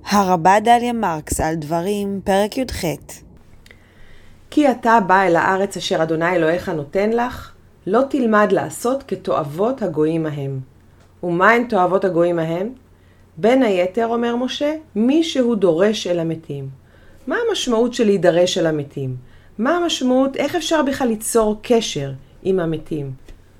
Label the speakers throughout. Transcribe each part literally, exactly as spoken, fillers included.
Speaker 1: הרבה דליה מרקס על דברים, פרק י"ח.
Speaker 2: כי אתה בא אל הארץ אשר אדוני אלוהיך נותן לך, לא תלמד לעשות כתועבות הגויים ההם. ומה הן תועבות הגויים ההם? בין היתר, אומר משה, מי שהוא דורש אל המתים. מה המשמעות של להידרש אל המתים? מה המשמעות, איך אפשר בכלל ליצור קשר עם המתים?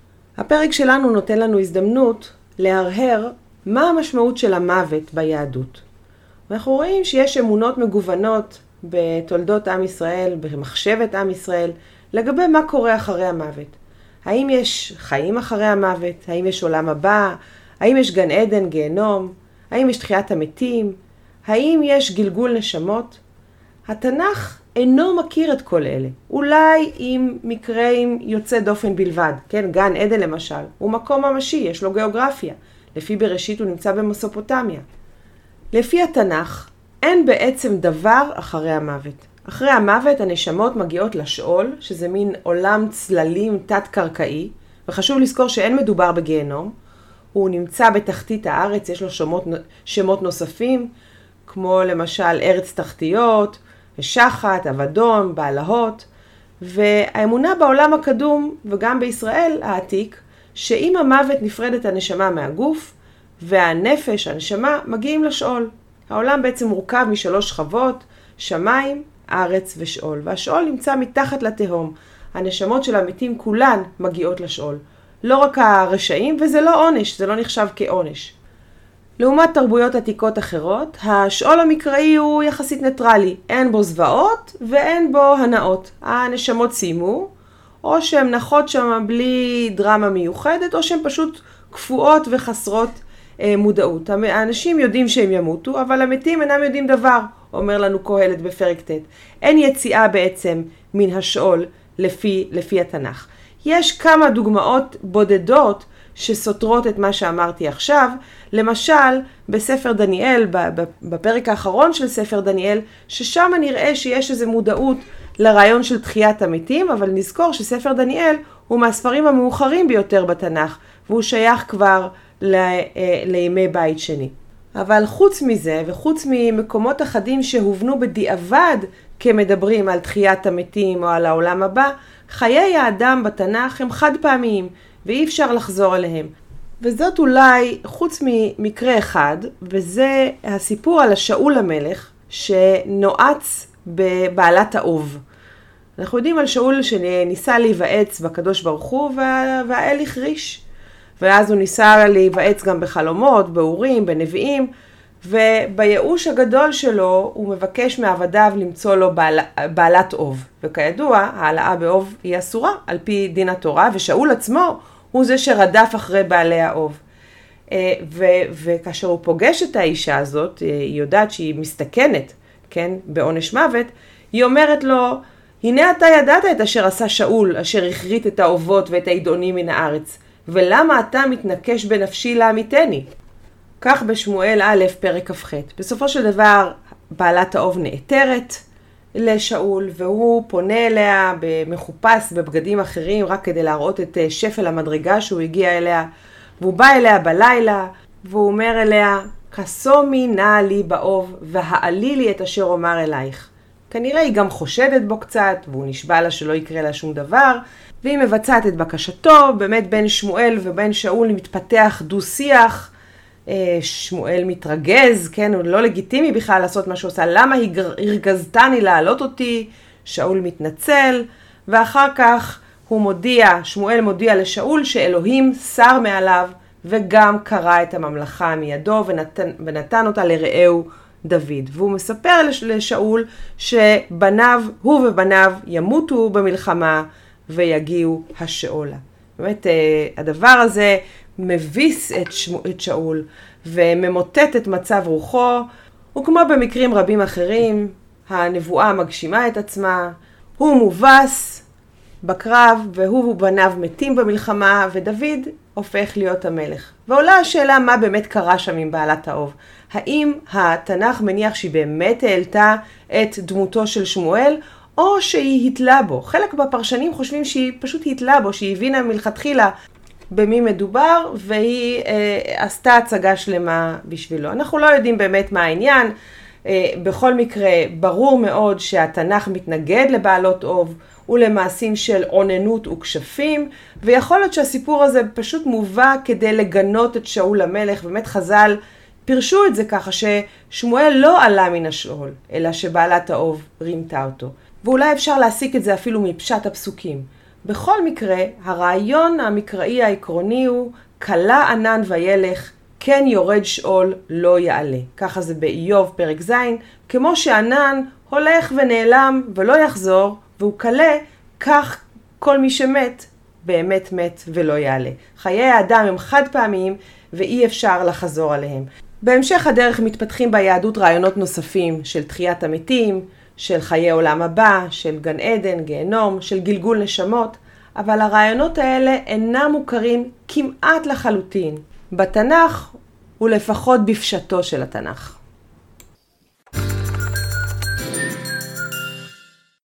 Speaker 2: הפרק שלנו נותן לנו הזדמנות להרהר מה המשמעות של המוות ביהדות. אנחנו רואים שיש אמונות מגוונות בתולדות עם ישראל, במחשבת עם ישראל, לגבי מה קורה אחרי המוות. האם יש חיים אחרי המוות? האם יש עולם הבא? האם יש גן עדן, גיהנום? האם יש תחיית המתים? האם יש גלגול נשמות? התנ"ך אינו מכיר את כל אלה. אולי עם מקרים יוצא דופן בלבד. כן, גן עדן למשל, הוא מקום ממשי, יש לו גיאוגרפיה. לפי בראשית הוא נמצא במסופוטמיה. לפי התנ"ך, אין בעצם דבר אחרי המוות. אחרי המוות הנשמות מגיעות לשאול, שזה מין עולם צללים תת-קרקעי, וחשוב לזכור שאין מדובר בגיהנום. הוא נמצא בתחתית הארץ, יש לו שמות, שמות נוספים, כמו למשל ארץ תחתיות, שחת, אבדון, בעלהות, והאמונה בעולם הקדום, וגם בישראל העתיק, שאם המוות נפרדת הנשמה מהגוף, והנפש, הנשמה, מגיעים לשאול. העולם בעצם מורכב משלוש שכבות, שמיים, ארץ ושאול. והשאול נמצא מתחת לתהום. הנשמות של המתים כולן מגיעות לשאול. לא רק הרשעים, וזה לא עונש, זה לא נחשב כעונש. לעומת תרבויות עתיקות אחרות, השאול המקראי הוא יחסית ניטרלי. אין בו זוועות ואין בו הנאות. הנשמות סיימו, או שהן נחות שם בלי דרמה מיוחדת, או שהן פשוט קפואות וחסרות מודעות. האנשים יודעים שהם ימותו, אבל המתים אינם יודעים דבר, אומר לנו קהלת בפרק ט'. אין יציאה בעצם מן השאול לפי, לפי התנ"ך. יש כמה דוגמאות בודדות שסותרות את מה שאמרתי עכשיו. למשל, בספר דניאל, בפרק האחרון של ספר דניאל, ששם נראה שיש איזו מודעות לרעיון של תחיית המתים, אבל נזכור שספר דניאל הוא מהספרים המאוחרים ביותר בתנ"ך, והוא שייך כבר לימי בית שני. אבל חוץ מזה, וחוץ ממקומות אחדים שהובנו בדיעבד כמדברים על תחיית המתים או על העולם הבא, חיי האדם בתנ"ך הם חד פעמיים, ואי אפשר לחזור אליהם. וזאת אולי חוץ ממקרה אחד, וזה הסיפור על השאול המלך, שנועץ בבעלת האוב. אנחנו יודעים על שאול שניסה להיוועץ בקדוש ברוך הוא, והאל החריש. ואז הוא ניסה להיוועץ גם בחלומות, באורים, בנביאים, ובייאוש הגדול שלו הוא מבקש מעבדיו למצוא לו בעל, בעלת אוב. וכידוע, העלאה באוב היא אסורה על פי דין התורה, ושאול עצמו הוא זה שרדף אחרי בעלי האוב. ו, וכאשר הוא פוגש את האישה הזאת, היא יודעת שהיא מסתכנת, כן, בעונש מוות, היא אומרת לו, הנה אתה ידעת את אשר עשה שאול, אשר הכרית את האובות ואת העידונים מן הארץ. ולמה אתה מתנקש בנפשי להמיתני? כך בשמואל א' פרק כ"ח. בסופו של דבר בעלת האוב נעתרת לשאול, והוא פונה אליה במחופש בבגדים אחרים רק כדי להראות את שפל המדרגה שהוא הגיע אליה, והוא בא אליה בלילה והוא אומר אליה, כסומי נא לי באוב והעלי לי את אשר אומר אלייך. כנראה היא גם חושדת בו קצת, והוא נשבע לה שלא יקרה לה שום דבר, והיא מבצעת את בקשתו. באמת בין שמואל ובין שאול מתפתח דו שיח, שמואל מתרגז, כן, הוא לא לגיטימי בכלל לעשות מה שהוא עושה, למה הרגזתני להעלות אותי? שאול מתנצל, ואחר כך הוא מודיע, שמואל מודיע לשאול שאלוהים שר מעליו, וגם קרא את הממלכה מידו ונתן, ונתן אותה לרעהו דוד. והוא מספר לשאול שבניו, הוא ובניו ימותו במלחמה ויגיעו השאולה. באמת הדבר הזה מביס את, שמו, את שאול וממוטט את מצב רוחו, וכמו במקרים רבים אחרים, הנבואה מגשימה את עצמה, הוא מובס בקרב והוא ובניו מתים במלחמה, ודוד הופך להיות המלך. ועולה השאלה מה באמת קרה שם עם בעלת האוב. האם התנ"ך מניח שהיא באמת העלתה את דמותו של שמואל, או שהיא התלה בו? חלק בפרשנים חושבים שהיא פשוט התלה בו, שהיא הבינה מלכתחילה במי מדובר, והיא אה, עשתה הצגה שלמה בשבילו. אנחנו לא יודעים באמת מה העניין. אה, בכל מקרה, ברור מאוד שהתנ"ך מתנגד לבעלות אוב ולמעשים של עוננות וכשפים, ויכול להיות שהסיפור הזה פשוט מובא כדי לגנות את שאול המלך. באמת חז"ל פירשו את זה ככה ששמואל לא עלה מן השאול, אלא שבעלת האוב רימתה אותו. ואולי אפשר להסיק את זה אפילו מפשט הפסוקים. בכל מקרה, הרעיון המקראי העקרוני הוא, כלה ענן וילך, כן יורד שאול לא יעלה. ככה זה באיוב פרק ז', כמו שענן הולך ונעלם ולא יחזור, והוא כלה, כך כל מי שמת באמת מת ולא יעלה. חיי האדם הם חד פעמיים ואי אפשר לחזור עליהם. בהמשך הדרך מתפתחים ביהדות רעיונות נוספים של תחיית המתים, של חיי עולם הבא, של גן עדן, גיהנום, של גלגול נשמות, אבל הרעיונות האלה אינם מוכרים כמעט לחלוטין בתנ"ך ולפחות בפשטו של התנ"ך.